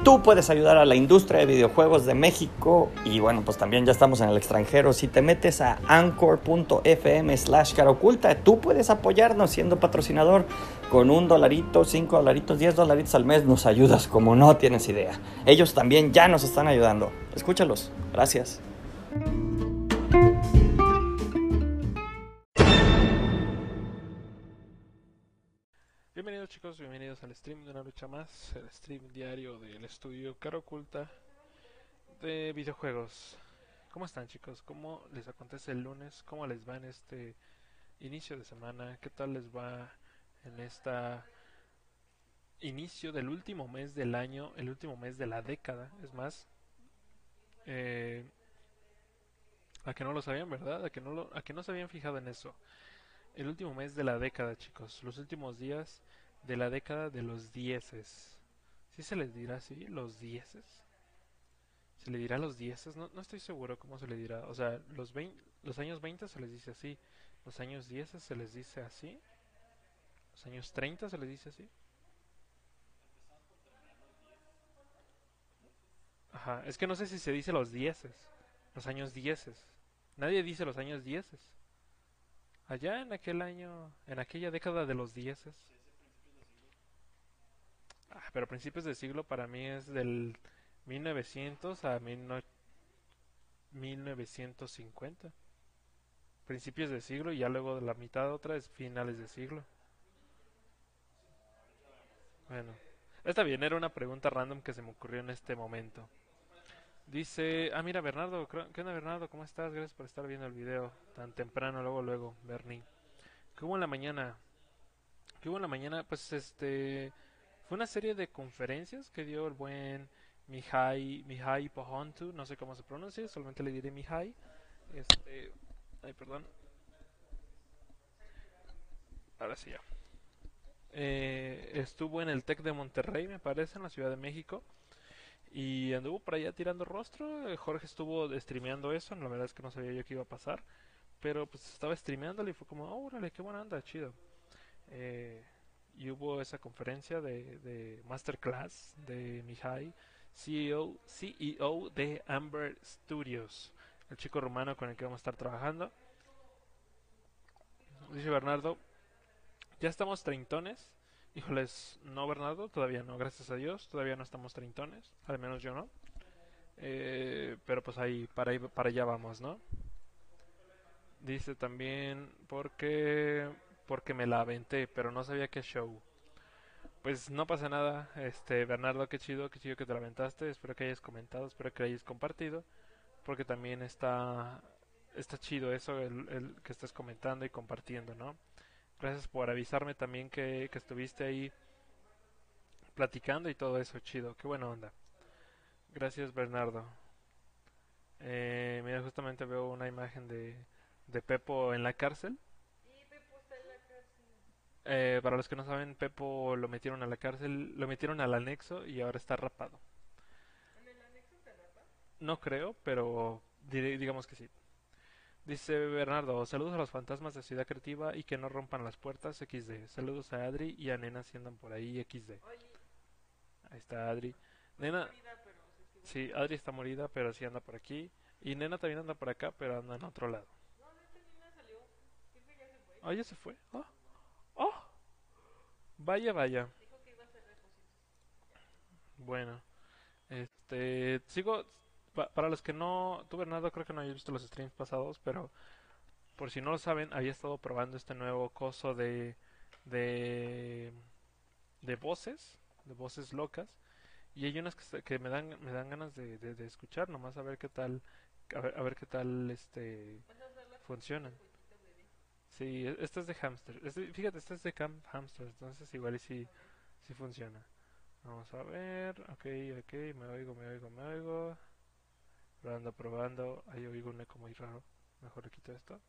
tú puedes ayudar a la industria de videojuegos de México y bueno, pues también ya estamos en el extranjero. Si te metes a anchor.fm/caroculta, tú puedes apoyarnos siendo patrocinador con $1, $5, $10 al mes. Nos ayudas como no tienes idea. Ellos también ya nos están ayudando. Escúchalos. Gracias. Bienvenidos chicos, bienvenidos al stream de una lucha más, el stream diario del estudio Cara Oculta de videojuegos. ¿Cómo están chicos? ¿Cómo les acontece el lunes? ¿Cómo les va en este inicio de semana? ¿Qué tal les va en esta inicio del último mes del año, el último mes de la década? Es más, eh, a que no lo sabían, ¿verdad? A que no se habían fijado en eso. El último mes de la década, chicos. Los últimos días de la década de los dieces. ¿Sí se les dirá así? ¿Los dieces? ¿Se le dirá los dieces? No, no estoy seguro cómo se le dirá. O sea, los años 20 se les dice así. Los años 10 se les dice así. Los años 30 se les dice así. Ajá, es que no sé si se dice los dieces. Los años dieces. Nadie dice los años dieces. Allá en aquel año, en aquella década de los dieces. Pero principios de siglo para mí es del 1900 a 1950. Principios de siglo y ya luego de la mitad otra es finales de siglo. Bueno, está bien, era una pregunta random que se me ocurrió en este momento. Dice, mira Bernardo, ¿qué onda Bernardo? ¿Cómo estás? Gracias por estar viendo el video tan temprano, luego, Bernie. ¿Qué hubo en la mañana? ¿Qué hubo en la mañana? Pues fue una serie de conferencias que dio el buen Mihai Pohontu, no sé cómo se pronuncia, solamente le diré Mihai. Ay, perdón. Ahora sí ya. Estuvo en el Tec de Monterrey, me parece, en la Ciudad de México. Y anduvo por allá tirando rostro. Jorge estuvo streameando eso. La verdad es que no sabía yo qué iba a pasar. Pero pues estaba streameándolo y fue como, oh, órale, qué buena onda, chido. Eh, y hubo esa conferencia de Masterclass de Mihai, CEO de Amber Studios, el chico rumano con el que vamos a estar trabajando. Dice Bernardo, ya estamos treintones. Híjoles, no Bernardo, todavía no, gracias a Dios, todavía no estamos treintones, al menos yo no. Pero pues ahí, para allá vamos, ¿no? Dice también, porque me la aventé, pero no sabía qué show. Pues no pasa nada, Bernardo, qué chido que te la aventaste, espero que hayas comentado, espero que hayas compartido, porque también está chido eso, el que estés comentando y compartiendo, ¿no? Gracias por avisarme también que estuviste ahí platicando y todo eso, chido, qué buena onda. Gracias, Bernardo. Mira, justamente veo una imagen de Pepo en la cárcel. Para los que no saben, Pepo lo metieron a la cárcel, lo metieron al anexo y ahora está rapado. No creo, pero digamos que sí. Dice Bernardo, saludos a los fantasmas de Ciudad Creativa y que no rompan las puertas XD. Saludos a Adri y a Nena si andan por ahí XD. Ahí está Adri. Nena, sí, Adri está morida, pero sí anda por aquí. Y Nena también anda por acá, pero anda en otro lado. Ah, ya se fue. Ah, oh, vaya, vaya. Bueno, sigo. Para los que no, tú Bernardo creo que no hayas visto los streams pasados, pero por si no lo saben, había estado probando este nuevo coso de, de voces locas, y hay unas que me dan ganas de escuchar, nomás a ver qué tal, a ver qué tal, funcionan. Sí, este es de hamster. Fíjate, este es de Camp Hamster, entonces igual y si funciona. Vamos a ver, ok, me oigo. Probando, probando. Ahí oigo un eco muy raro. Mejor le quito esto.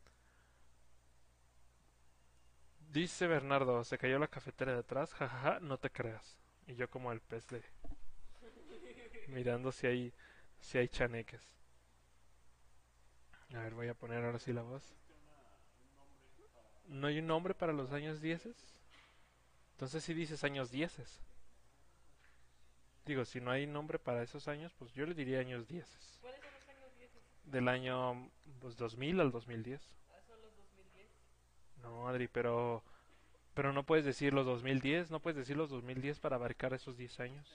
Dice Bernardo, se cayó la cafetera de atrás, jajaja, no te creas. Y yo como el pez de mirando si hay chaneques. A ver, voy a poner ahora sí la voz. ¿No hay un nombre para los años dieces? Entonces sí dices años dieces. Digo, si no hay nombre para esos años, pues yo le diría años 10. ¿Cuáles son los años 10? Del año pues 2000 al 2010. Ah, son los 2010. No, Adri, pero no puedes decir los 2010, no puedes decir los 2010 para abarcar esos 10 años.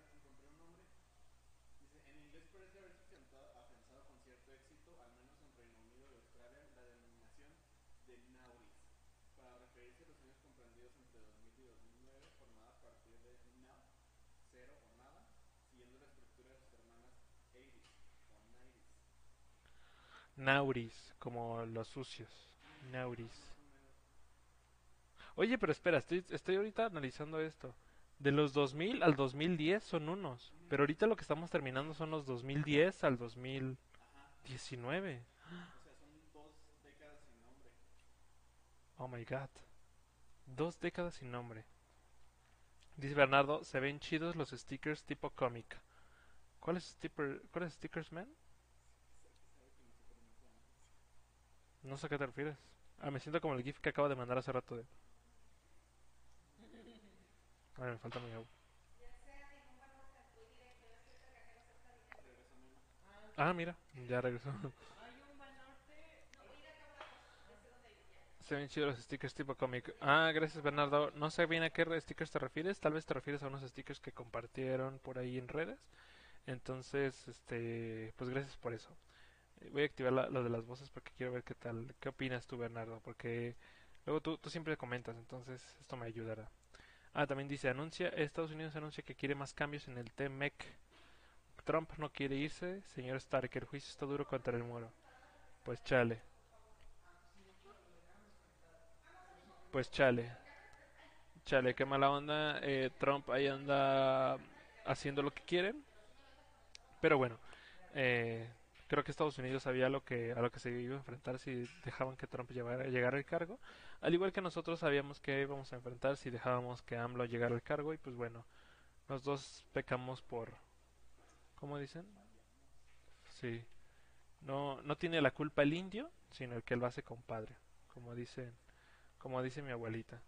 Nauris, como los sucios. Nauris. Oye, pero espera, estoy ahorita analizando esto. De los 2000 al 2010 son unos, pero ahorita lo que estamos terminando son los 2010 al 2019. Oh my god. 2 décadas sin nombre. Dice Bernardo, se ven chidos los stickers tipo cómic. ¿Cuáles stickers, man? No sé a qué te refieres. Ah, me siento como el GIF que acabo de mandar hace rato de... A ver, me falta mi agua. Ah, mira, ya regresó. Se ven chidos los stickers tipo cómic. Ah, gracias Bernardo. No sé bien a qué stickers te refieres. Tal vez te refieres a unos stickers que compartieron por ahí en redes. Entonces, pues gracias por eso. Voy a activar lo de las voces porque quiero ver qué tal, qué opinas tú, Bernardo, porque luego tú siempre comentas, entonces esto me ayudará. Ah, también dice, Estados Unidos anuncia que quiere más cambios en el TMEC. Trump no quiere irse, señor Stark, el juicio está duro contra el muro. Pues chale, pues chale, qué mala onda. Trump ahí anda haciendo lo que quiere, pero bueno, eh, creo que Estados Unidos sabía a lo que se iba a enfrentar si dejaban que Trump llegara al cargo, al igual que nosotros sabíamos que íbamos a enfrentar si dejábamos que AMLO llegara al cargo y pues bueno, los dos pecamos por, ¿cómo dicen? Sí, no tiene la culpa el indio, sino el que lo hace compadre, como dicen, como dice mi abuelita.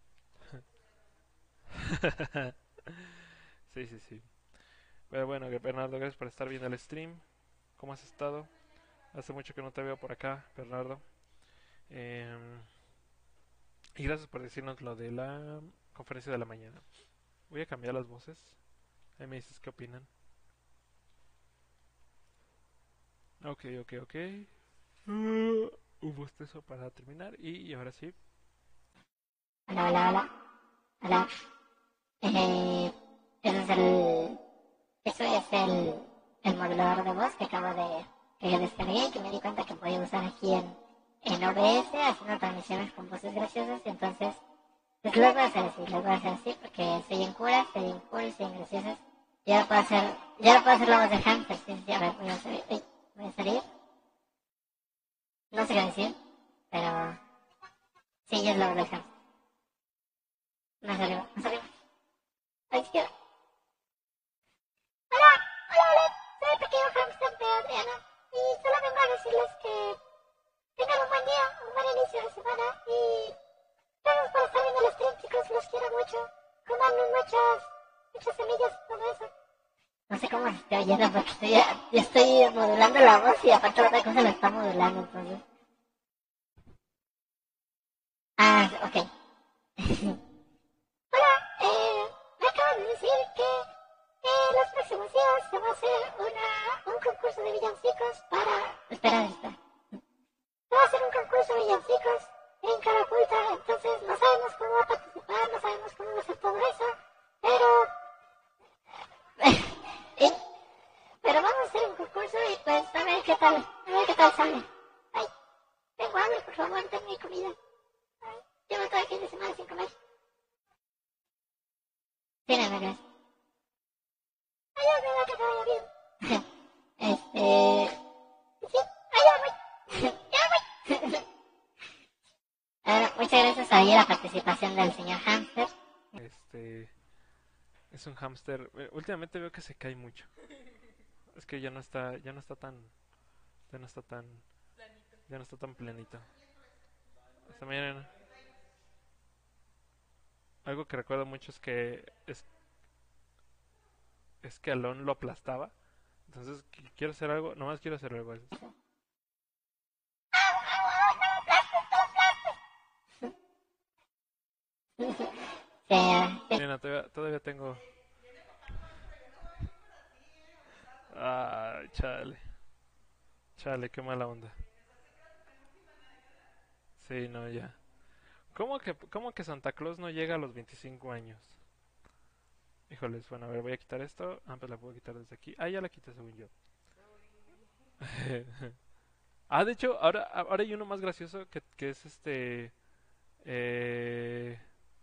Sí, sí, sí. Pero bueno, Bernardo, gracias por estar viendo el stream. ¿Cómo has estado? Hace mucho que no te veo por acá, Bernardo. Em, y gracias por decirnos lo de la conferencia de la mañana. Voy a cambiar las voces. Ahí me dices qué opinan. Ok, ok, ok. Un bostezo para terminar. Y ahora sí. Hola, hola, hola. Hola. Eh, ese es el, eso es el modulador de voz que que descargué y que me di cuenta que podía usar aquí en OBS haciendo transmisiones con voces graciosas. Entonces, pues lo voy a hacer así, lo voy a hacer así porque estoy bien cura, estoy bien cool, estoy bien graciosas. Ya no puedo hacer la voz de hamster, sí, sí, a ver, voy a salir, voy a salir. No sé qué decir, pero sí, ya es la voz del hamster. Me salió. A la izquierda. Hola, hola, hola, soy el pequeño hamster de Adriana y solo vengo a decirles que tengan un buen día, un buen inicio de semana y gracias por estar viendo el stream, chicos, los quiero mucho. Coman muchas semillas, todo eso. No sé cómo se está oyendo porque yo estoy modulando la voz y aparte la otra cosa la está modulando, entonces. Ah, ok. Hola, me acaban de decir que los próximos días se va a hacer un concurso de villancicos para... Espera. Se va a hacer un concurso de villancicos en Caraculta, entonces no sabemos cómo va a participar, no sabemos cómo va a ser todo eso, pero... pero vamos a hacer un concurso y pues a ver qué tal sale. Ay, tengo hambre, por favor, denme mi comida. Ay, llevo todo el fin de semana sin comer. Sí, la verdad. Adiós, me va que te vaya bien. Sí, allá voy. Ya voy. Bueno, muchas gracias a la participación del señor Hamster. Este es un hámster. Últimamente veo que se cae mucho. Es que ya no está tan, ya no está tan planito. Hasta mañana. Algo que recuerdo mucho es que es que Alon lo aplastaba. Entonces quiero hacer algo, nomás quiero hacer algo. Mira, todavía tengo... Ay, chale. Chale, qué mala onda. Sí, no, ya. ¿Cómo que Santa Claus no llega a los 25 años? Híjoles, bueno, a ver, voy a quitar esto. Ah, pues la puedo quitar desde aquí. Ah, ya la quité según yo. Ah, de hecho, ahora hay uno más gracioso que es eh,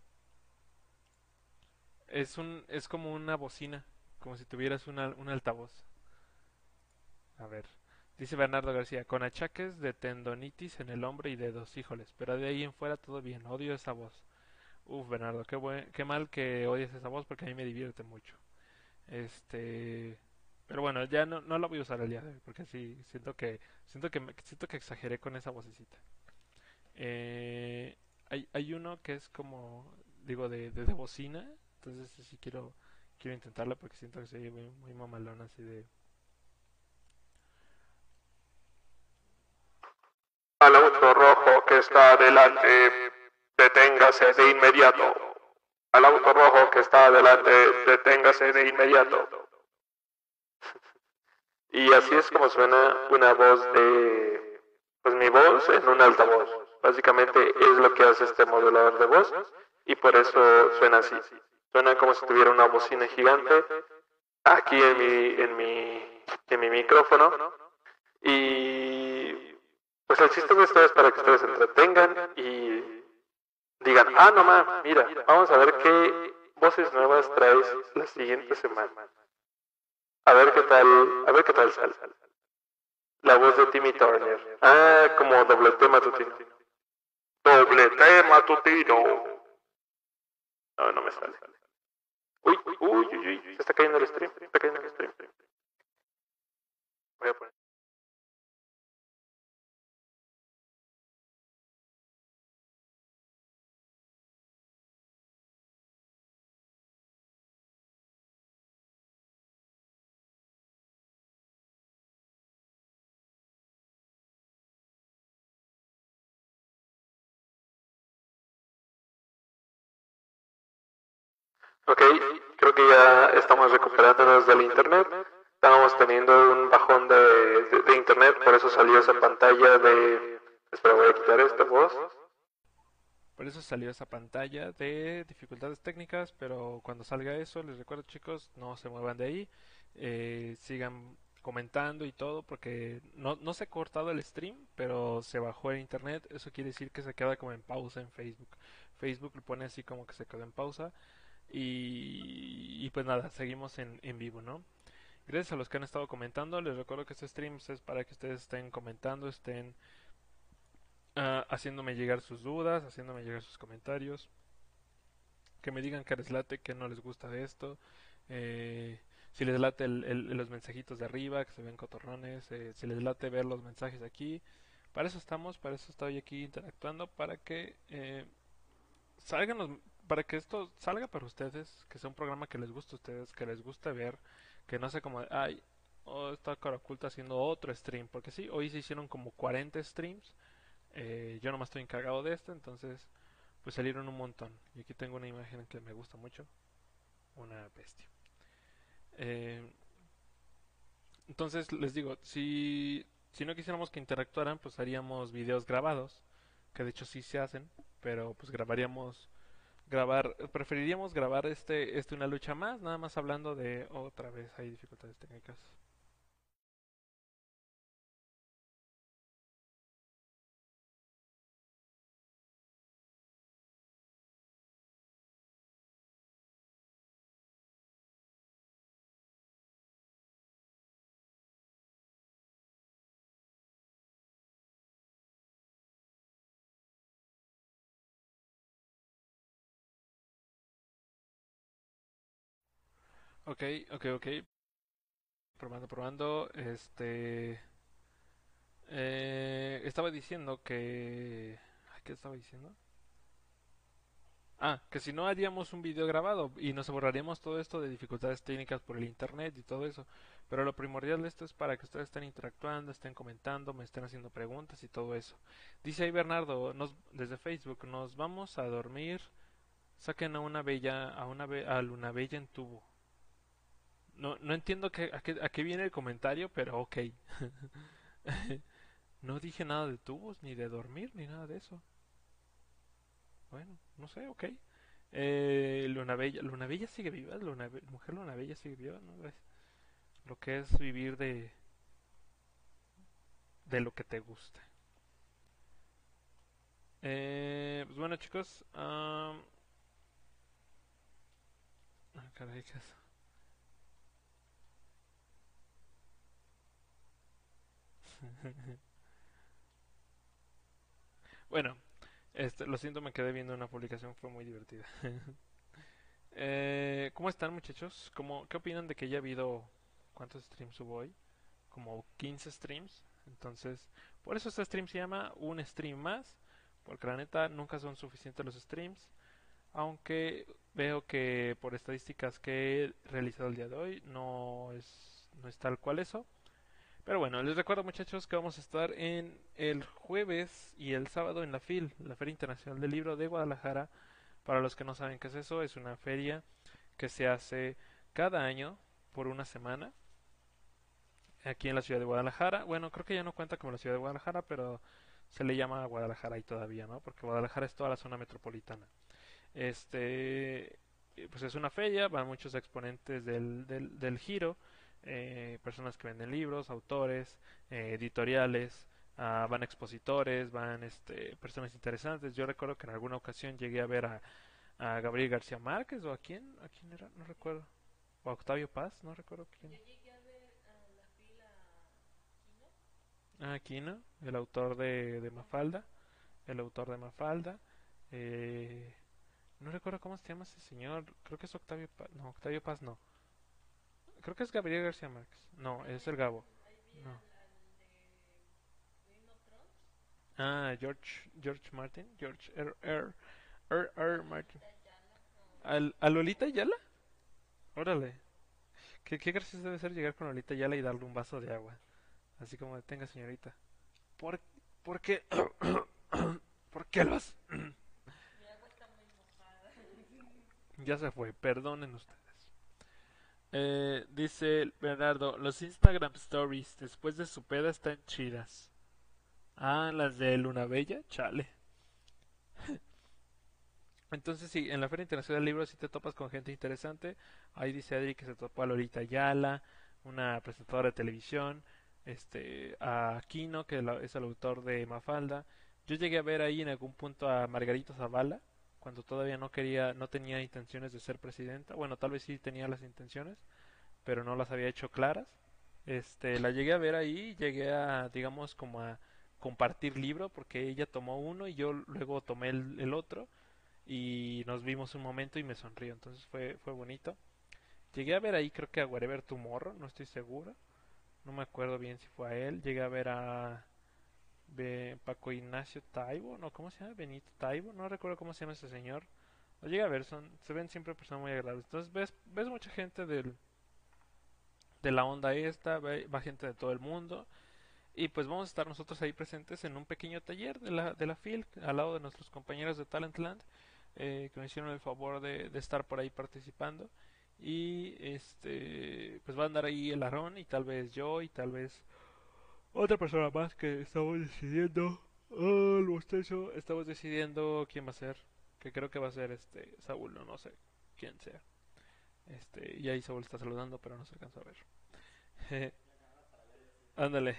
es como una bocina, como si tuvieras un altavoz. A ver, dice Bernardo García, con achaques de tendonitis en el hombro y dedos, híjoles, pero de ahí en fuera todo bien, odio esa voz. Uf, Bernardo, qué mal que odies esa voz porque a mí me divierte mucho. Este, pero bueno, ya no la voy a usar el día de hoy porque sí siento que exageré con esa vocecita. Hay uno que es como, digo, de bocina, entonces sí quiero intentarlo porque siento que se oye muy mamalón así de... Al auto rojo que está adelante, deténgase de inmediato. Al auto rojo que está adelante, deténgase de inmediato. Y así es como suena una voz de... Pues mi voz en un altavoz. Básicamente es lo que hace este modulador de voz y por eso suena así. Suena como si tuviera una bocina gigante aquí en mi micrófono. Y pues el chiste de esto es para que ustedes se entretengan y digan, ah, no ma, mira, vamos a ver qué voces nuevas traes la siguiente semana. A ver qué tal sale. La voz de Timmy Turner. Ah, como doble tema matutino. Doble tema matutino. No, no me sale. Uy. Se está cayendo el stream. Voy a poner. Ok, creo que ya estamos recuperándonos del internet. Estábamos teniendo un bajón de internet, por eso salió esa pantalla de... Espera, voy a quitar esta voz. Por eso salió esa pantalla de dificultades técnicas, pero cuando salga eso, les recuerdo chicos, no se muevan de ahí, sigan comentando y todo, porque no se ha cortado el stream, pero se bajó el internet, eso quiere decir que se queda como en pausa en Facebook. Facebook lo pone así como que se quedó en pausa y pues nada, seguimos en vivo, ¿no? Gracias a los que han estado comentando, les recuerdo que este stream es para que ustedes estén comentando, estén haciéndome llegar sus dudas, haciéndome llegar sus comentarios, que me digan que les late, que no les gusta de esto, si les late los mensajitos de arriba, que se ven cotorrones, si les late ver los mensajes aquí. Para eso estamos, para eso estoy aquí interactuando, salgan los, para que esto salga para ustedes, que sea un programa que les guste a ustedes, que les guste ver, que no sea como, ay, oh, está cara oculta haciendo otro stream, porque sí, hoy se hicieron como 40 streams, yo nomás estoy encargado de esto, entonces pues salieron un montón. Y aquí tengo una imagen que me gusta mucho, una bestia. Eh, entonces les digo, si no quisiéramos que interactuaran, pues haríamos videos grabados, que de hecho sí se hacen, pero pues preferiríamos grabar una lucha más, nada más hablando de otra vez hay dificultades técnicas. Ok, ok. Probando. Estaba diciendo que... ¿Qué estaba diciendo? Ah, que si no haríamos un video grabado y nos borraríamos todo esto de dificultades técnicas por el internet y todo eso. Pero lo primordial de esto es para que ustedes estén interactuando, estén comentando, me estén haciendo preguntas y todo eso. Dice ahí Bernardo, desde Facebook, nos vamos a dormir, saquen a una bella, a Luna Bella en tubo. No entiendo a qué viene el comentario, pero ok. No dije nada de tubos, ni de dormir, ni nada de eso. Bueno, no sé, ok. Luna Bella sigue viva, Mujer Luna Bella sigue viva, ¿no? Lo que es vivir de lo que te gusta. Pues bueno, chicos. Caray, ¿qué es? Bueno, lo siento, me quedé viendo una publicación, fue muy divertida. ¿Cómo están, muchachos? ¿Qué opinan de que ya ha habido... ¿Cuántos streams hubo hoy? Como 15 streams. Entonces, por eso este stream se llama un stream más. Porque la neta nunca son suficientes los streams. Aunque veo que por estadísticas que he realizado el día de hoy no es tal cual eso. Pero bueno, les recuerdo, muchachos, que vamos a estar en el jueves y el sábado en la FIL, la Feria Internacional del Libro de Guadalajara. Para los que no saben qué es eso, es una feria que se hace cada año por una semana aquí en la ciudad de Guadalajara. Bueno, creo que ya no cuenta como la ciudad de Guadalajara, pero se le llama Guadalajara ahí todavía, ¿no? Porque Guadalajara es toda la zona metropolitana. Pues es una feria, van muchos exponentes del giro, personas que venden libros, autores, editoriales, van expositores, van personas interesantes. Yo recuerdo que en alguna ocasión llegué a ver a Gabriel García Márquez o a quién era, no recuerdo, o a Octavio Paz, no recuerdo quién. Yo llegué a ver a la fila Kino. Ah, Aquino, el autor de Mafalda, el autor de Mafalda. eh, no recuerdo cómo se llama ese señor, creo que es Octavio Paz, no, Octavio Paz no, creo que es Gabriel García Márquez, no, es el Gabo, Ahí vi no. de Game of Thrones. George Martin, R. Martin. Lolita Ayala. ¿A Lolita Ayala? Órale. Qué gracioso debe ser llegar con Lolita Ayala y darle un vaso de agua. Así como de, tenga señorita. ¿Por, ¿por qué? ¿Por qué lo has? Mi agua está muy mojada. Ya se fue, perdonen ustedes. Dice Bernardo, los Instagram Stories después de su peda están chidas. Ah, las de Luna Bella, chale. Entonces sí, en la Feria Internacional del Libro sí te topas con gente interesante. Ahí dice Adri que se topó a Lolita Ayala, una presentadora de televisión, a Kino, que es el autor de Mafalda. Yo llegué a ver ahí en algún punto a Margarita Zavala, cuando todavía no tenía intenciones de ser presidenta. Bueno, tal vez sí tenía las intenciones, pero no las había hecho claras. La llegué a ver ahí, llegué a, digamos, como a compartir libro, porque ella tomó uno y yo luego tomé el otro y nos vimos un momento y me sonrió, entonces fue bonito. Llegué a ver ahí creo que a Wherever Tomorrow, no estoy seguro, no me acuerdo bien si fue a él. Llegué a ver a Paco Ignacio Taibo, no, ¿cómo se llama? Benito Taibo, no recuerdo cómo se llama ese señor. Lo llegué a ver, se ven siempre personas muy agradables. Entonces ves mucha gente de la onda esta, va gente de todo el mundo. Y pues vamos a estar nosotros ahí presentes en un pequeño taller de la FIL, al lado de nuestros compañeros de Talentland, que me hicieron el favor de estar por ahí participando. Y pues va a andar ahí el Aarón y tal vez yo y tal vez otra persona más que estamos decidiendo. Oh, el bostezo. Estamos decidiendo quién va a ser. Que creo que va a ser Saúl, no sé quién sea. Y ahí Saúl está saludando, pero no se alcanza a ver. Ándale.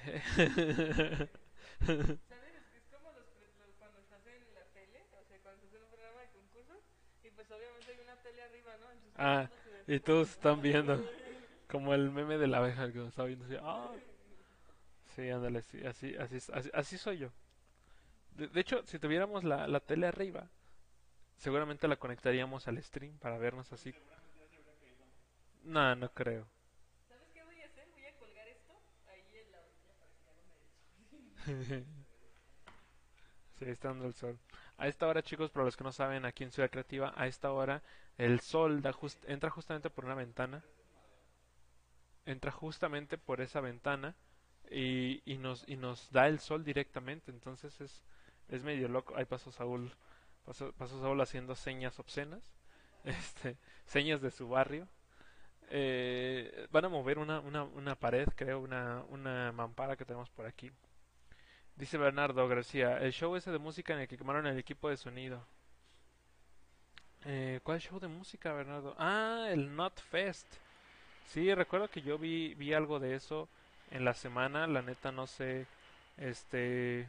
¿Sabes? Es como cuando estás en la tele, o sea, cuando estás en un programa de concursos, y pues obviamente hay una tele arriba, ¿no? Entonces todo el Ah, mundo se y despierta. todos están viendo. Como el meme de la abeja que está viendo así. Ah, sí, ándale, sí, así soy yo. De hecho, si tuviéramos la tele arriba, seguramente la conectaríamos al stream para vernos así. No, no creo. ¿Sabes qué voy a hacer? Voy a colgar esto ahí en la orilla para que haga una. Sí, está dando el sol. A esta hora, chicos, para los que no saben, aquí en Ciudad Creativa, a esta hora el sol entra justamente por una ventana, entra justamente por esa ventana y nos da el sol directamente. Entonces es medio loco. Ahí pasó Saúl haciendo señas obscenas, este, señas de su barrio. Van a mover una pared, creo, una mampara que tenemos por aquí. Dice Bernardo García, el show ese de música en el que quemaron el equipo de sonido. ¿Cuál show de música, Bernardo? Ah, el Not Fest. Sí, recuerdo que yo vi algo de eso en la semana, la neta no sé, este...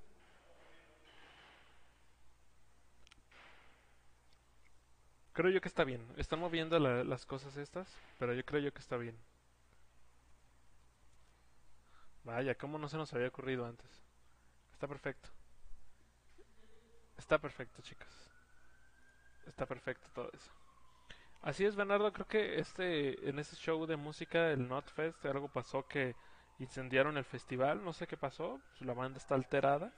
Creo yo que está bien. Están moviendo las cosas estas, pero yo creo yo que está bien. Vaya, ¿cómo no se nos había ocurrido antes? Está perfecto. Está perfecto, chicos. Está perfecto todo eso. Así es, Bernardo, creo que en ese show de música, el Notfest, algo pasó que incendiaron el festival, no sé qué pasó, pues la banda está alterada.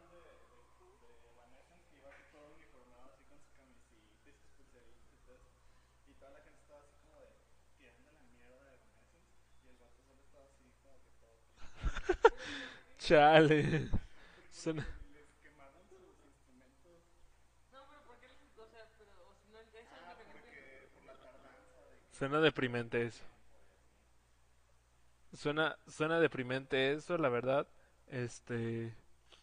Chale. Suena, No, pero ¿por qué les, o sea, pero, o sea, no, eso es lo que no entiendo. suena deprimente eso. Suena deprimente eso, la verdad. Este,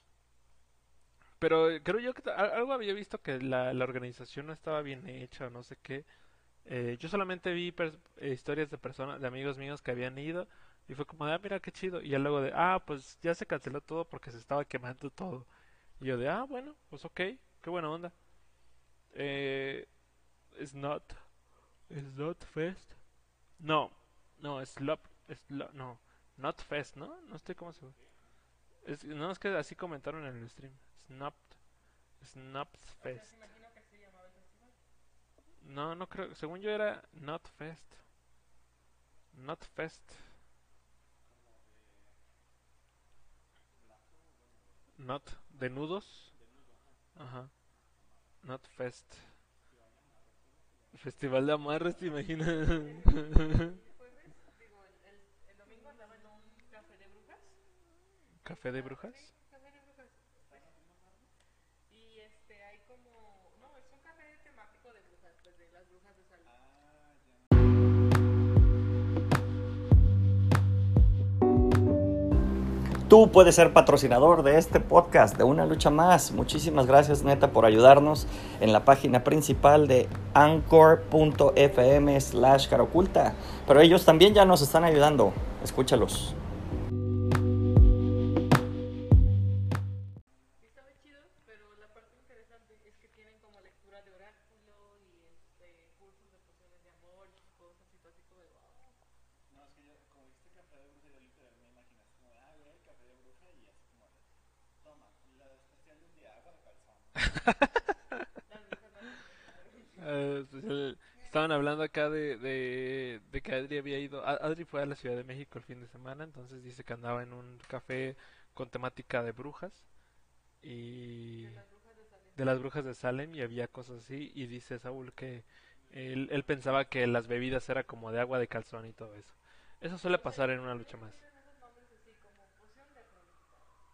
pero creo yo que algo había visto que la organización no estaba bien hecha o no sé qué. Yo solamente vi historias de personas, de amigos míos que habían ido y fue como, ah, mira qué chido. Y ya luego de, ah, pues ya se canceló todo porque se estaba quemando todo. Y yo de, ah, bueno, pues ok, qué buena onda. Eh, it's not, it's not fest. No, no, no, not fest, ¿no? No estoy cómo se no, es que así comentaron en el stream. Snap O sea, fest. se imagino que se llamaba el festival. No, no creo, según yo era not fest. Not fest. Not de nudos. Ajá. Not fest. Festival de amarres, ¿te imaginas? El jueves, digo, el domingo andaba en un café de brujas. ¿Café de brujas? Sí, café de brujas. Y hay como, no, es un café temático de brujas, pues de las brujas de Salem. Tú puedes ser patrocinador de este podcast, de Una Lucha Más. Muchísimas gracias, neta, por ayudarnos en la página principal de anchor.fm/caroculta. Pero ellos también ya nos están ayudando. Escúchalos. Y estaba chido, pero la parte interesante es que tienen como lectura de oráculo y cursos de pociones de amor y cosas y todo así como de wow. Las brujas no Estaban hablando acá de que Adri había ido. Adri fue a la Ciudad de México el fin de semana, entonces dice que andaba en un café con temática de brujas y de las brujas de Salem. de las brujas de Salem y había cosas así. Y dice Saúl que él pensaba que las bebidas era como de agua de calzón y todo eso. Eso suele pasar en Una Lucha Más. Tienen esos nombres así como poción de Afrodita.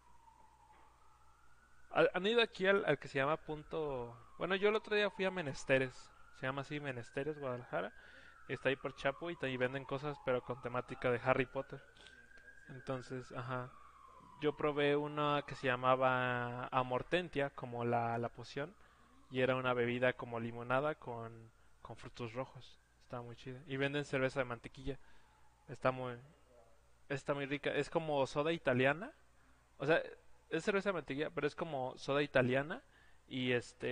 ¿Han ido aquí al que se llama punto? Bueno, yo el otro día fui a Menesteres. Se llama así Menesteres, Guadalajara. Está ahí por Chapo y ahí venden cosas, pero con temática de Harry Potter. Entonces, ajá. Yo probé una que se llamaba Amortentia, como la poción. Y era una bebida como limonada con frutos rojos. Está muy chida. Y venden cerveza de mantequilla. Está muy, está muy rica. Es como soda italiana. O sea, es cerveza de mantequilla, pero es como soda italiana. Y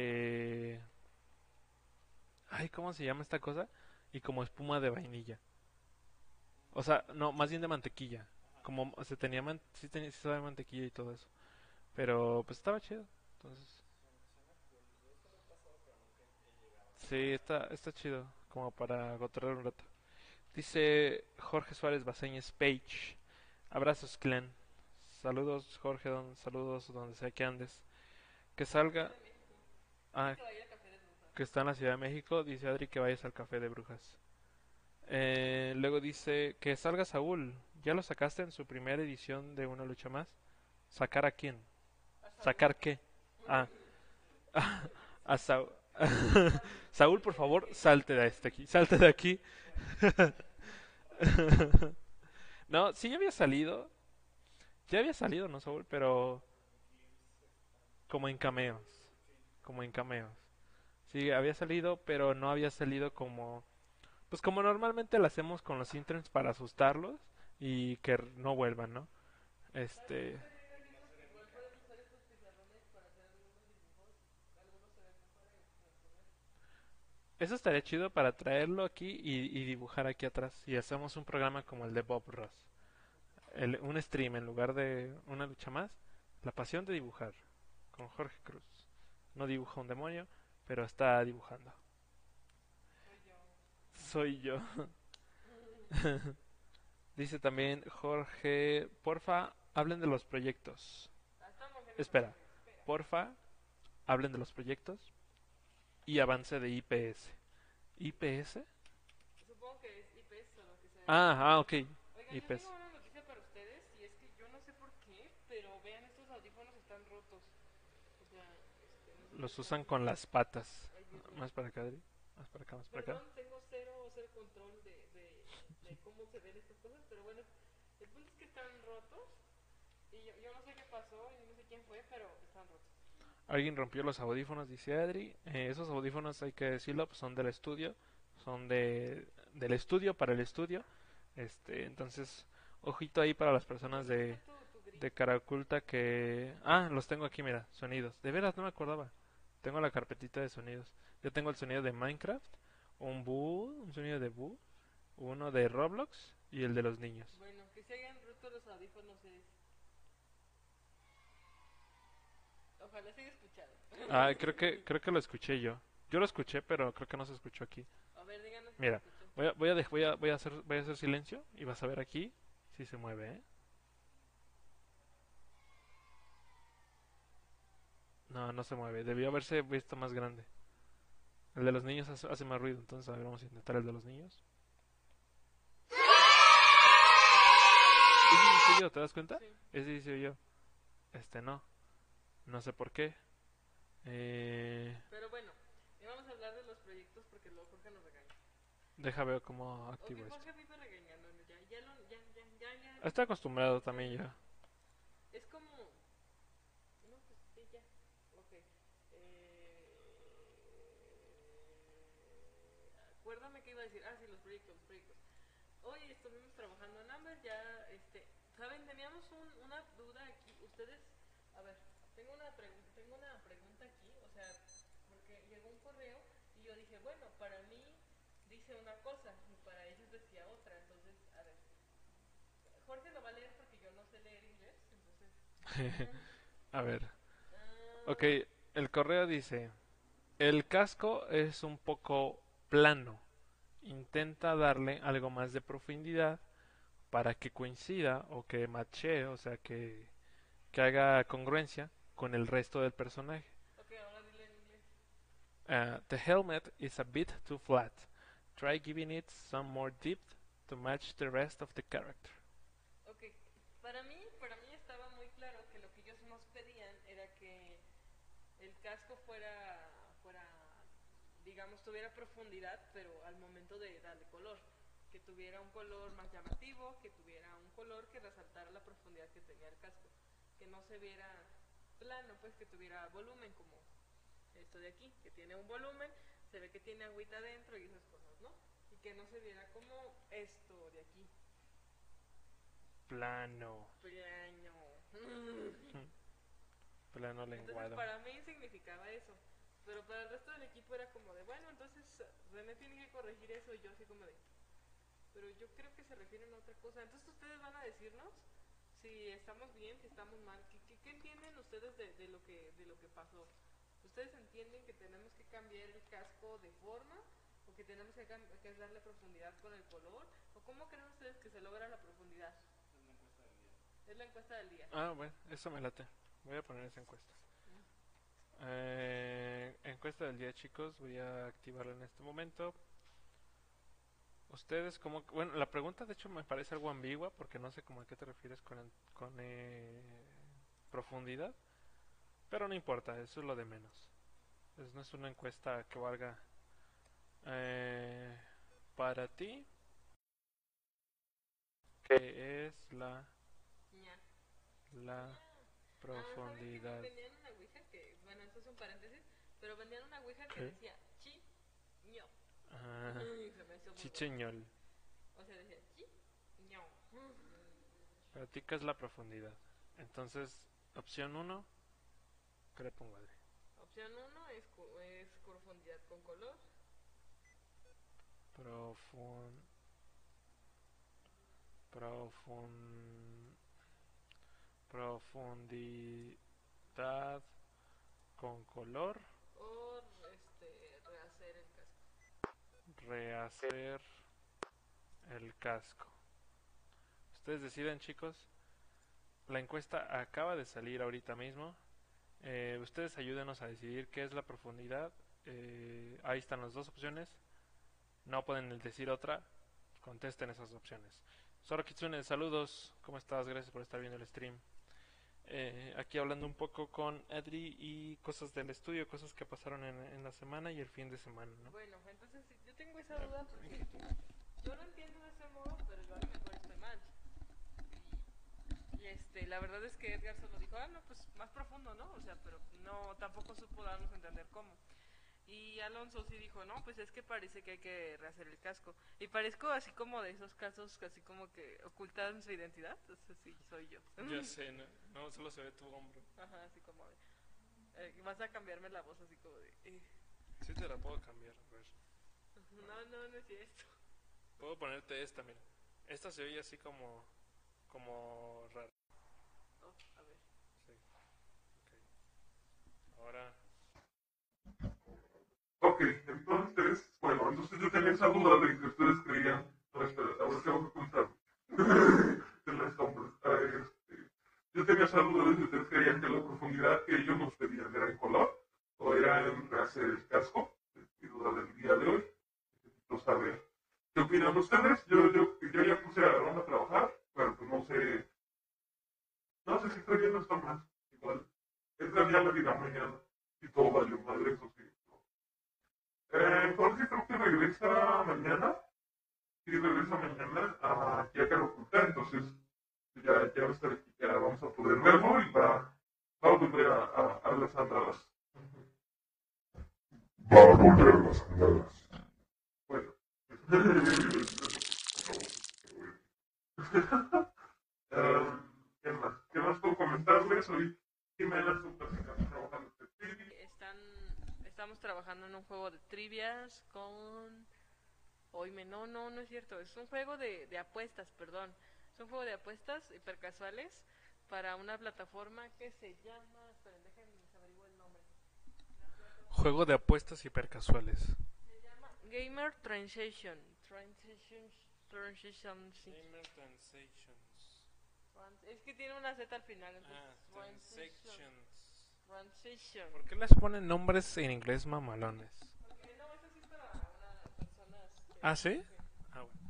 ay, ¿cómo se llama esta cosa? Y como espuma de vainilla. O sea, no, más bien de mantequilla. Como se tenía, sí sabe mantequilla y todo eso. Pero pues estaba chido. Entonces, sí, está chido. Como para agotar un rato. Dice Jorge Suárez Baseñez Page. Abrazos, Clan. Saludos, Jorge. Saludos donde sea que andes. Que salga. Ah, Que vaya al café de brujas. que está en la Ciudad de México. Dice Adri que vayas al Café de Brujas. Luego dice que salga Saúl. ¿Ya lo sacaste en su primera edición de Una Lucha Más? ¿Sacar a quién? ¿Sacar qué? Ah, a Saúl. Saúl, por favor, salte de aquí. Salte de aquí. No, sí ya había salido. Ya había salido, ¿no, Saúl? Pero como en cameos. Como en cameos. Sí, había salido, pero no había salido como... Pues como normalmente lo hacemos con los interns para asustarlos y que no vuelvan, ¿no? Este... Eso estaría chido para traerlo aquí y dibujar aquí atrás. Y hacemos un programa como el de Bob Ross. Un stream en lugar de una lucha más. La pasión de dibujar. Con Jorge Cruz. No dibuja un demonio, pero está dibujando. Soy yo. Dice también Jorge, porfa, hablen de los proyectos. Espera, porfa, hablen de los proyectos y avance de IPS. ¿IPS? Supongo que es IPS o lo que sea. Ok. Oigan, yo IPS. tengo una noticia para ustedes y es que yo no sé por qué, pero vean, estos audífonos están rotos. O sea, no sé Los si usan están- con las patas. Ay, Dios mío. Más para acá, Adri. Más para acá, más para acá. Perdón, tengo cero control de cómo se ven estas cosas, pero bueno, el punto es que están rotos y yo no sé qué pasó y no sé quién fue, pero están rotos. Alguien rompió los audífonos, dice Adri. Esos audífonos, hay que decirlo, pues son del estudio. Son del estudio para el estudio. Entonces, ojito ahí para las personas ¿Dónde de, está tu gris? de cara oculta que... Ah, los tengo aquí, mira, sonidos. De veras, no me acordaba. Tengo la carpetita de sonidos. Yo tengo el sonido de Minecraft, un sonido de Boo, uno de Roblox y el de los niños. Bueno, que se hayan roto los audífonos es... Ojalá se haya escuchado. Ah, creo que lo escuché yo. Yo lo escuché, pero creo que no se escuchó aquí. A ver, díganos si Mira, se escuchó. voy a hacer silencio y vas a ver aquí si se mueve, ¿eh? No, no se mueve. Debió haberse visto más grande. El de los niños hace más ruido, entonces a ver, vamos a intentar el de los niños. Ese hice yo, ¿te das cuenta? Sí. Ese hice yo. No. No sé por qué. Pero bueno, vamos a hablar de los proyectos porque luego Jorge nos regaña. Deja ver cómo Ok, activo esto. Jorge vive regañándonos, ya. Está acostumbrado también ya. Es como... No, pues sí, ya. Ok. Acuérdame que iba a decir. Ah, sí, los proyectos. Hoy estuvimos trabajando en ambas, ya, ¿saben? Teníamos una duda aquí. Ustedes, a ver, tengo una pregunta aquí, o sea, porque llegó un correo y yo dije, bueno, para mí dice una cosa y para ellos decía otra, entonces, a ver, Jorge lo va a leer porque yo no sé leer inglés, entonces... A ver. ah, Ok, el correo dice, el casco es un poco plano. Intenta darle algo más de profundidad para que coincida o que machee, o sea, que haga congruencia con el resto del personaje. ok, ahora dile en inglés. The helmet is a bit too flat. Try giving it some more depth to match the rest of the character. Ok, para mí estaba muy claro que lo que ellos nos pedían era que el casco fuera, digamos, tuviera profundidad, pero al momento de darle color, que tuviera un color más llamativo, que tuviera un color que resaltara la profundidad que tenía el casco, que no se viera plano, pues que tuviera volumen como esto de aquí, que tiene un volumen, se ve que tiene agüita adentro y esas cosas, ¿no? Y que no se viera como esto de aquí. Plano. Plano. Plano Entonces lenguado. para mí significaba eso. Pero para el resto del equipo era como de, bueno, entonces René tiene que corregir eso y yo así como de... Pero yo creo que se refieren a otra cosa. Entonces ustedes van a decirnos si estamos bien, si estamos mal. ¿Qué entienden ustedes de lo que pasó? ¿Ustedes entienden que tenemos que cambiar el casco de forma? ¿O que tenemos que darle profundidad con el color? ¿O cómo creen ustedes que se logra la profundidad? Es la encuesta del día. Ah, bueno, eso me late. Voy a poner esa encuesta. Encuesta del día, chicos. Voy a activarla en este momento. Ustedes como... Bueno, la pregunta de hecho me parece algo ambigua porque no sé cómo a qué te refieres con profundidad. Pero no importa, eso es lo de menos. No es una encuesta que valga para ti. ¿Qué es ña. la ¿Saben que profundidad? vendían una ouija que, bueno, esto es un paréntesis, pero vendían una ouija que ¿Qué? decía chi, ño. Ah, Y se me hizo muy bonito. chicheñol. O sea, decía chi, ño. Para ti, ¿qué es la profundidad? Entonces, opción 1, ¿qué le pongo, Adri? Opción 1 es profundidad con color. Profun... Profun... Profundidad con color. O rehacer el casco. Rehacer el casco. Ustedes deciden, chicos. La encuesta acaba de salir ahorita mismo. Ustedes ayúdenos a decidir qué es la profundidad. Ahí están las dos opciones. No pueden decir otra. Contesten esas opciones. Sora Kitsune, saludos. ¿Cómo estás? Gracias por estar viendo el stream. Aquí hablando un poco con Adri y cosas del estudio, cosas que pasaron en la semana y el fin de semana, ¿no? Bueno, entonces yo tengo esa duda porque yo lo entiendo de ese modo, pero yo a lo mejor estoy mal. Y la verdad es que Edgar solo dijo, no, pues más profundo, ¿no? O sea, pero no, tampoco supo darnos a entender cómo. Y Alonso sí dijo, no, pues es que parece que hay que rehacer el casco. Y parezco así como de esos casos, así como que ocultan su identidad. Entonces sí, soy yo. Ya sé, no solo se ve tu hombro. Ajá, así como de... vas a cambiarme la voz así como de... Sí te la puedo cambiar, a ver. No es cierto. Puedo ponerte esta, mira. Esta se oye así como raro. Oh, a ver. Sí. Ok. Ahora. Ok, entonces, bueno, entonces yo tenía esa duda de que ustedes creían, no, espera, ahora tengo que contar de las sombras. Yo tenía esa duda de que ustedes creían que la profundidad que ellos nos pedían era en color o era en rehacer el casco. Es mi duda del día de hoy. Necesito saber qué opinan ustedes. Yo ya puse a Aaron a trabajar, pero pues no sé si estoy viendo esto más. Igual, Edgar ya me dirá mañana y todo valió madre, eso sí. Jorge creo que regresa mañana. Sí, regresa mañana aquí a Caraculta. Entonces ya va a estar aquí. Ya vamos a poder verlo y va a volver a las andadas. Va a volver a las andadas. Bueno. ¿Qué más? ¿Qué más puedo comentarles? Hoy Jimena está trabajando en trivia. Estamos trabajando en un juego de trivias con... Oíme, no es cierto. Es un juego de apuestas, perdón. Es un juego de apuestas hipercasuales para una plataforma que se llama... Esperen, déjenme averiguar el nombre. Juego de apuestas hipercasuales. Se llama Gamer Transition. Transition, sí. Gamer Transitions. Es que tiene una Z al final. Transitions. Transition. ¿Por qué les ponen nombres en inglés mamalones? Porque no, eso sí es para una personas que... ¿Ah, sí? Sí. Ah, bueno.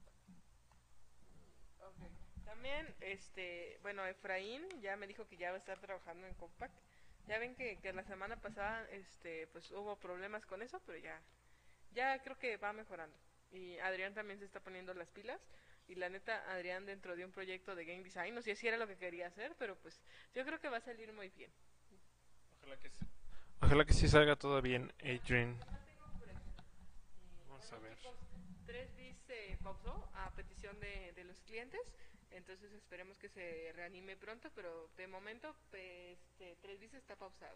Okay. También, bueno, Efraín ya me dijo que ya va a estar trabajando en Compact. Ya ven que la semana pasada, pues hubo problemas con eso, pero ya creo que va mejorando. Y Adrián también se está poniendo las pilas. Y la neta, Adrián dentro de un proyecto de game design, no sé si era lo que quería hacer, pero pues yo creo que va a salir muy bien. Ojalá que sí. Ojalá que sí salga todo bien, Adrian. Vamos a ver. Chicos, 3bis se pausó a petición de los clientes, entonces esperemos que se reanime pronto, pero de momento 3bis está pausado.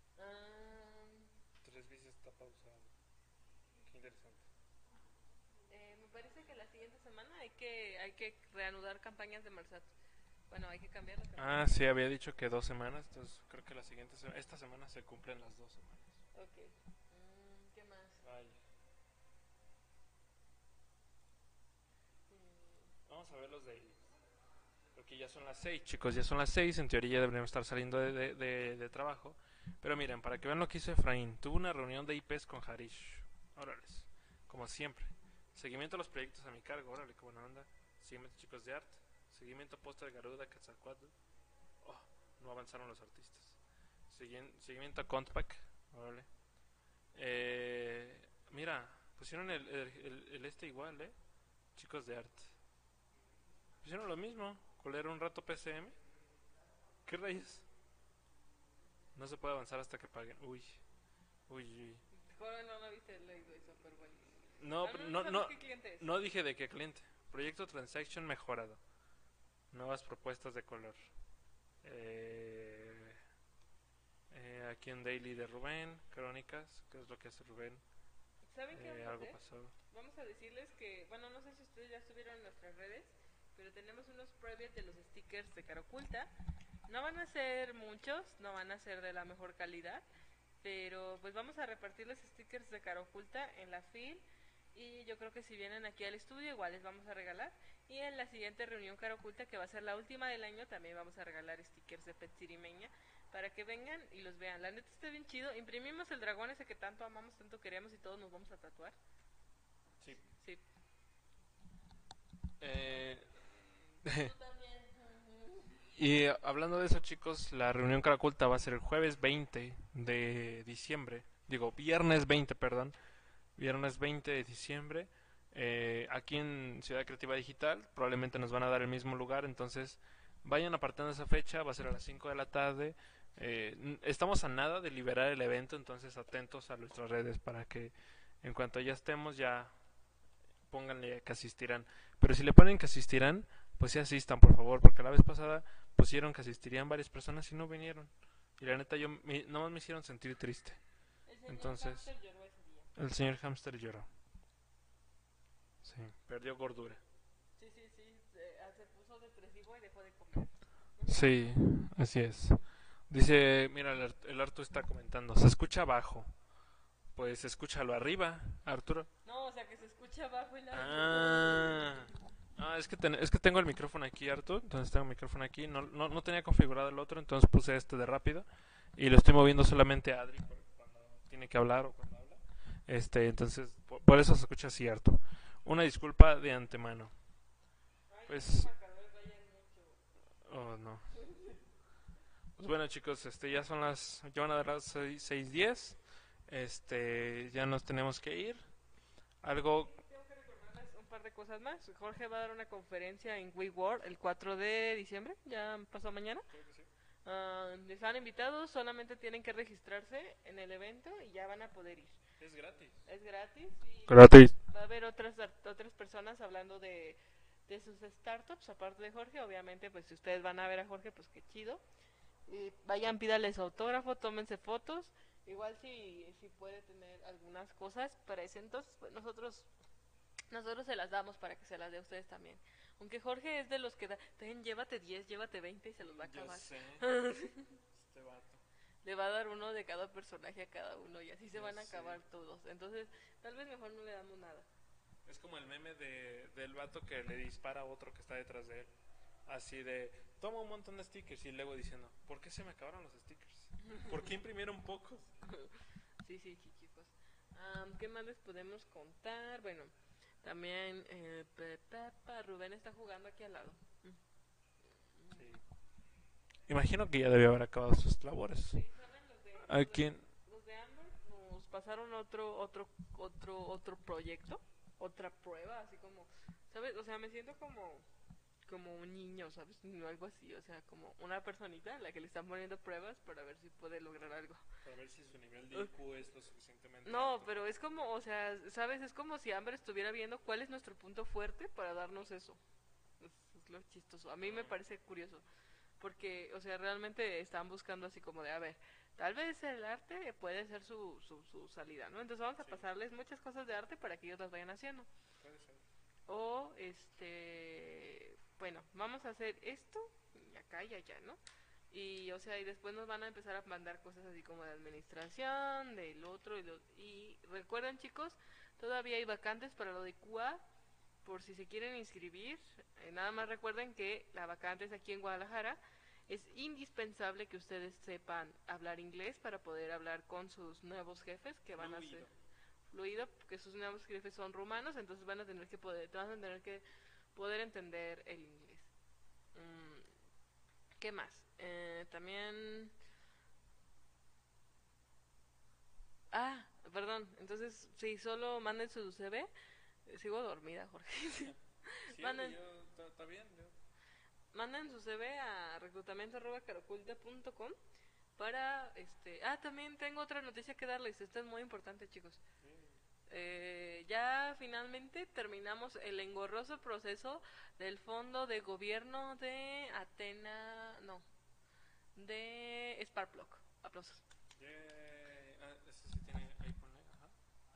3bis está pausado. Qué interesante. Me parece que la siguiente semana hay que reanudar campañas de Marsat. Bueno, hay que cambiar las campañas. Ah, sí, había dicho que 2 semanas, entonces creo que esta semana se cumplen las 2 semanas. Ok. ¿Qué más? Vaya. Vamos a ver los de... Porque ya son las 6, chicos, ya son las 6, en teoría deberíamos estar saliendo de trabajo. Pero miren, para que vean lo que hizo Efraín, tuvo una reunión de IPs con Harish. Órales, como siempre. Seguimiento a los proyectos a mi cargo, órale, qué buena onda. Seguimiento chicos de arte. Seguimiento póster Garuda, Quetzalcóatl. Oh, no avanzaron los artistas. Seguimiento a Contpack, órale. Mira, pusieron el este igual, chicos de arte. Pusieron lo mismo, colero un rato PCM. ¿Qué rayos? No se puede avanzar hasta que paguen. Uy. Joder, no lo viste leído eso, pero bueno. No dije de qué cliente. Proyecto Transaction mejorado. Nuevas propuestas de color. Aquí en Daily de Rubén. Crónicas. ¿Qué es lo que hace Rubén? ¿Saben qué vamos a Algo hacer? pasó. Vamos a decirles que, bueno, no sé si ustedes ya subieron en nuestras redes, pero tenemos unos previews de los stickers de Cara Oculta. No van a ser muchos, no van a ser de la mejor calidad, pero pues vamos a repartir los stickers de Cara Oculta en la FIL, y yo creo que si vienen aquí al estudio igual les vamos a regalar, y en la siguiente reunión Cara Oculta, que va a ser la última del año, también vamos a regalar stickers de Pet Cirimeña para que vengan y los vean. La neta está bien chido. Imprimimos el dragón ese que tanto amamos, tanto queríamos, y todos nos vamos a tatuar. Sí. Sí. Tú también. Y hablando de eso, chicos, la reunión Caraculta va a ser el jueves 20 de diciembre. Digo, viernes 20, perdón. Viernes 20 de diciembre. Aquí en Ciudad Creativa Digital. Probablemente nos van a dar el mismo lugar. Entonces, vayan apartando esa fecha. Va a ser a las 5 de la tarde. Estamos a nada de liberar el evento. Entonces, atentos a nuestras redes para que en cuanto ya estemos, ya pónganle que asistirán. Pero si le ponen que asistirán, pues sí asistan, por favor, porque la vez pasada pusieron que asistirían varias personas y no vinieron. Y la neta, nomás me hicieron sentir triste. Entonces, el señor Hamster lloró. Sí, perdió gordura. Sí, se puso depresivo y dejó de comer. Sí, así es. Dice, mira, el Arturo está comentando, se escucha bajo. Pues escúchalo arriba, Arturo. No, o sea que se escucha abajo el es que tengo el micrófono aquí, Arturo. Entonces tengo el micrófono aquí. No tenía configurado el otro, entonces puse este de rápido. Y lo estoy moviendo solamente a Adri cuando tiene que hablar o cuando habla. Entonces, por eso se escucha así, Arturo. Una disculpa de antemano. Pues... Oh, no. Pues bueno, chicos, ya van a dar las 6:10. Ya nos tenemos que ir. Algo... Tengo que recordarles un par de cosas más. Jorge va a dar una conferencia en WeWorld el 4 de diciembre, ya pasó mañana. Están invitados, solamente tienen que registrarse en el evento y ya van a poder ir. Es gratis. Es gratis. Y Gratis. va a haber otras personas hablando de sus startups, aparte de Jorge. Obviamente, pues si ustedes van a ver a Jorge, pues qué chido. Y vayan, pídale su autógrafo, tómense fotos. Igual si puede tener algunas cosas para ese entonces, pues nosotros se las damos para que se las dé a ustedes también. Aunque Jorge es de los que llévate 10, llévate 20 y se los va a acabar. Sé. Este vato. Le va a dar uno de cada personaje a cada uno y así se van a sé. acabar todos. Entonces, tal vez mejor no le damos nada. Es como el meme del vato que le dispara a otro que está detrás de él. Así de, toma un montón de stickers y luego diciendo, ¿por qué se me acabaron los stickers? ¿Por qué imprimieron pocos? Sí, chicos. ¿Qué más les podemos contar? Bueno, también Rubén está jugando aquí al lado. Sí. Imagino que ya debió haber acabado sus labores. Sí, ¿saben? ¿A quién? Los de Amber nos pasaron otro proyecto, otra prueba, así como, ¿sabes? O sea, me siento como un niño, ¿sabes? Algo así, o sea, como una personita a la que le están poniendo pruebas para ver si puede lograr algo. Para ver si su nivel de IQ es lo suficientemente No, alto. pero es como, o sea, ¿sabes? Es como si Amber estuviera viendo cuál es nuestro punto fuerte para darnos eso. Es lo chistoso. A mí me parece curioso. Porque, o sea, realmente están buscando así como de, a ver, tal vez el arte puede ser su salida, ¿no? Entonces vamos a pasarles muchas cosas de arte para que ellos las vayan haciendo. Puede ser. O, bueno, vamos a hacer esto, y acá y allá, ¿no? Y, o sea, y después nos van a empezar a mandar cosas así como de administración, del otro, y recuerden, chicos, todavía hay vacantes para lo de QA, por si se quieren inscribir. Nada más recuerden que la vacante es aquí en Guadalajara, es indispensable que ustedes sepan hablar inglés para poder hablar con sus nuevos jefes que van a ser fluido, porque sus nuevos jefes son rumanos, entonces van a tener que poder entender el inglés. ¿Qué más? También... perdón, entonces, sí, solo manden su CV. Sigo dormida, Jorge. Sí, Manden, está bien. manden su CV a reclutamiento@caroculta.com para, también tengo otra noticia que darles. Esto es muy importante, chicos. Ya finalmente terminamos el engorroso proceso del fondo de gobierno de de Sparkplug. Aplausos. Ese sí tiene iPhone, ajá.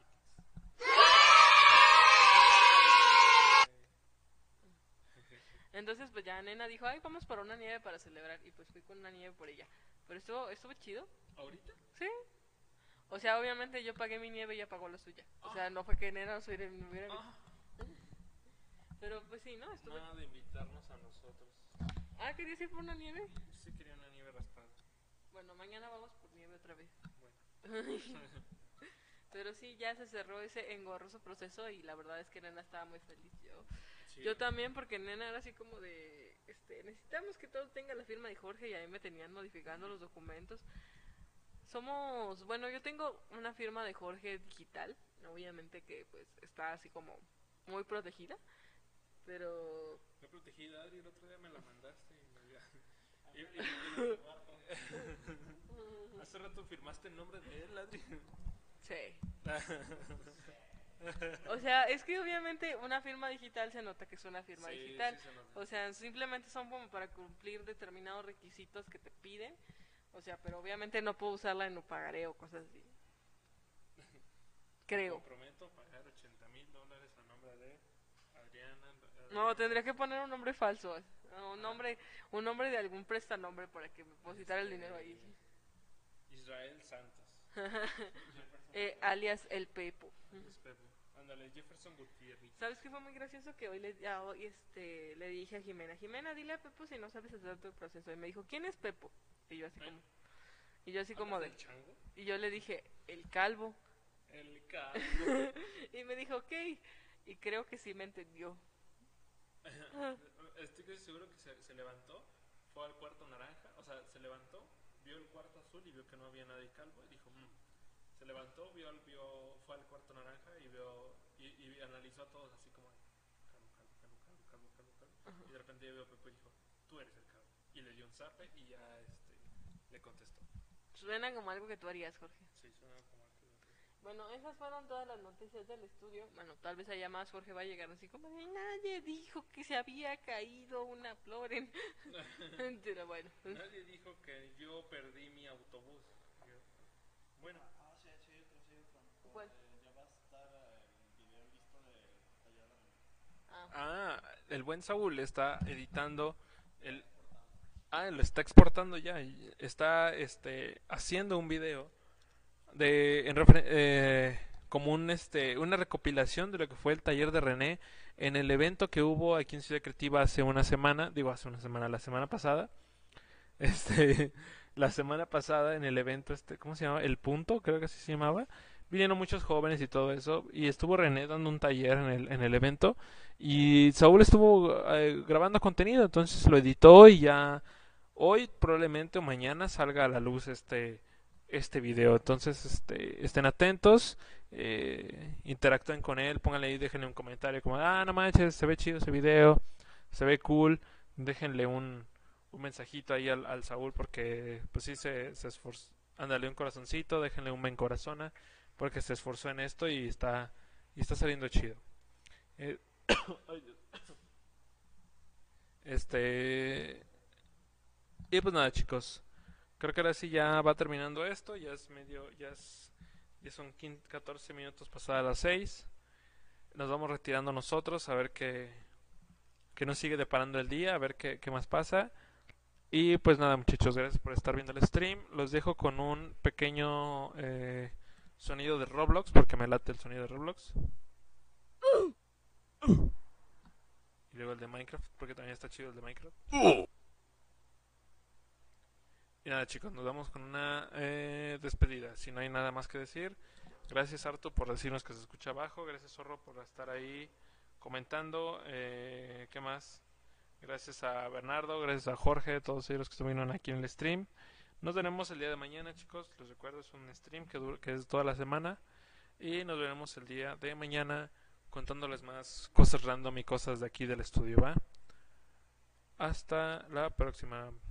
Entonces pues ya Nena dijo, ay, vamos por una nieve para celebrar. Y pues fui con una nieve por ella. Pero estuvo chido. ¿Ahorita? Sí. O sea, obviamente yo pagué mi nieve y ella pagó la suya. O sea, no fue que Nena me hubiera... Pero pues sí, ¿no? Nada de invitarnos a nosotros. ¿Querías ir por una nieve? Sí quería una nieve raspada. Bueno, mañana vamos por nieve otra vez. Bueno. Pero sí, ya se cerró ese engorroso proceso y la verdad es que Nena estaba muy feliz. Sí. Yo también, porque Nena era así como de... necesitamos que todo tenga la firma de Jorge y ahí me tenían modificando los documentos. Bueno, yo tengo una firma de Jorge digital, obviamente que pues está así como muy protegida, pero... Me protegí, Adri, el otro día me la mandaste y hace rato firmaste el nombre de él, Adri. Sí. O sea, es que obviamente una firma digital se nota que es una firma digital. Sí se nota. O sea, simplemente son como para cumplir determinados requisitos que te piden. O sea, pero obviamente no puedo usarla en un pagaré o cosas así. Creo. Me comprometo a pagar $80,000 a nombre de Adriana. No, tendría que poner un nombre falso. Un nombre de algún prestanombre para que me depositar el dinero ahí. Israel Santos. Alias el Pepo. Ándale, Jefferson Gutiérrez. ¿Sabes qué fue muy gracioso? Que hoy le dije a Jimena, dile a Pepo si no sabes hacer tu proceso. Y me dijo, ¿quién es Pepo? Y yo así como de... Chango? Y yo le dije, el calvo. El calvo. Y me dijo, ok. Y creo que sí me entendió. Estoy casi seguro que se levantó, fue al cuarto naranja, o sea, se levantó, vio el cuarto azul y vio que no había nadie calvo y dijo, se levantó, fue al cuarto naranja y analizó a todos así como calvo. Y de repente vio a Pepo y dijo, tú eres el calvo. Y le dio un zape y ya le contestó. Suena como algo que tú harías, Jorge. Sí, suena como algo. Bueno, esas fueron todas las noticias del estudio. Bueno, tal vez haya más. Jorge va a llegar así como de, nadie dijo que se había caído una flor en... Pero bueno. Nadie dijo que yo perdí mi autobús. Bueno. Sí, hay otro. ¿Cuál? Ya va a estar el video listo de taller de... El buen Saúl está editando lo está exportando ya. Está haciendo un video como una recopilación de lo que fue el taller de René en el evento que hubo aquí en Ciudad Creativa la semana pasada. La semana pasada en el evento ¿cómo se llamaba? El Punto, creo que así se llamaba. Vinieron muchos jóvenes y todo eso, y estuvo René dando un taller en el evento, y Saúl estuvo grabando contenido, entonces lo editó y ya hoy probablemente o mañana salga a la luz este video. Entonces estén atentos, interactúen con él, pónganle ahí, déjenle un comentario como, no manches, se ve chido ese video, se ve cool, déjenle un mensajito ahí al Saúl, porque pues sí se esforzó, ándale un corazoncito, déjenle un buen corazón, porque se esforzó en esto y está saliendo chido. Y pues nada, chicos, creo que ahora sí ya va terminando esto, ya son 14 minutos pasadas las 6. Nos vamos retirando nosotros a ver qué nos sigue deparando el día, a ver qué más pasa. Y pues nada, muchachos, gracias por estar viendo el stream. Los dejo con un pequeño sonido de Roblox, porque me late el sonido de Roblox. Y luego el de Minecraft, porque también está chido el de Minecraft. Y nada, chicos, nos vamos con una despedida. Si no hay nada más que decir, gracias Artu por decirnos que se escucha abajo. Gracias Zorro por estar ahí comentando. ¿Qué más? Gracias a Bernardo, gracias a Jorge, todos ellos que estuvieron aquí en el stream. Nos veremos el día de mañana, chicos. Les recuerdo, es un stream que es toda la semana. Y nos veremos el día de mañana contándoles más cosas random y cosas de aquí del estudio, ¿va? Hasta la próxima.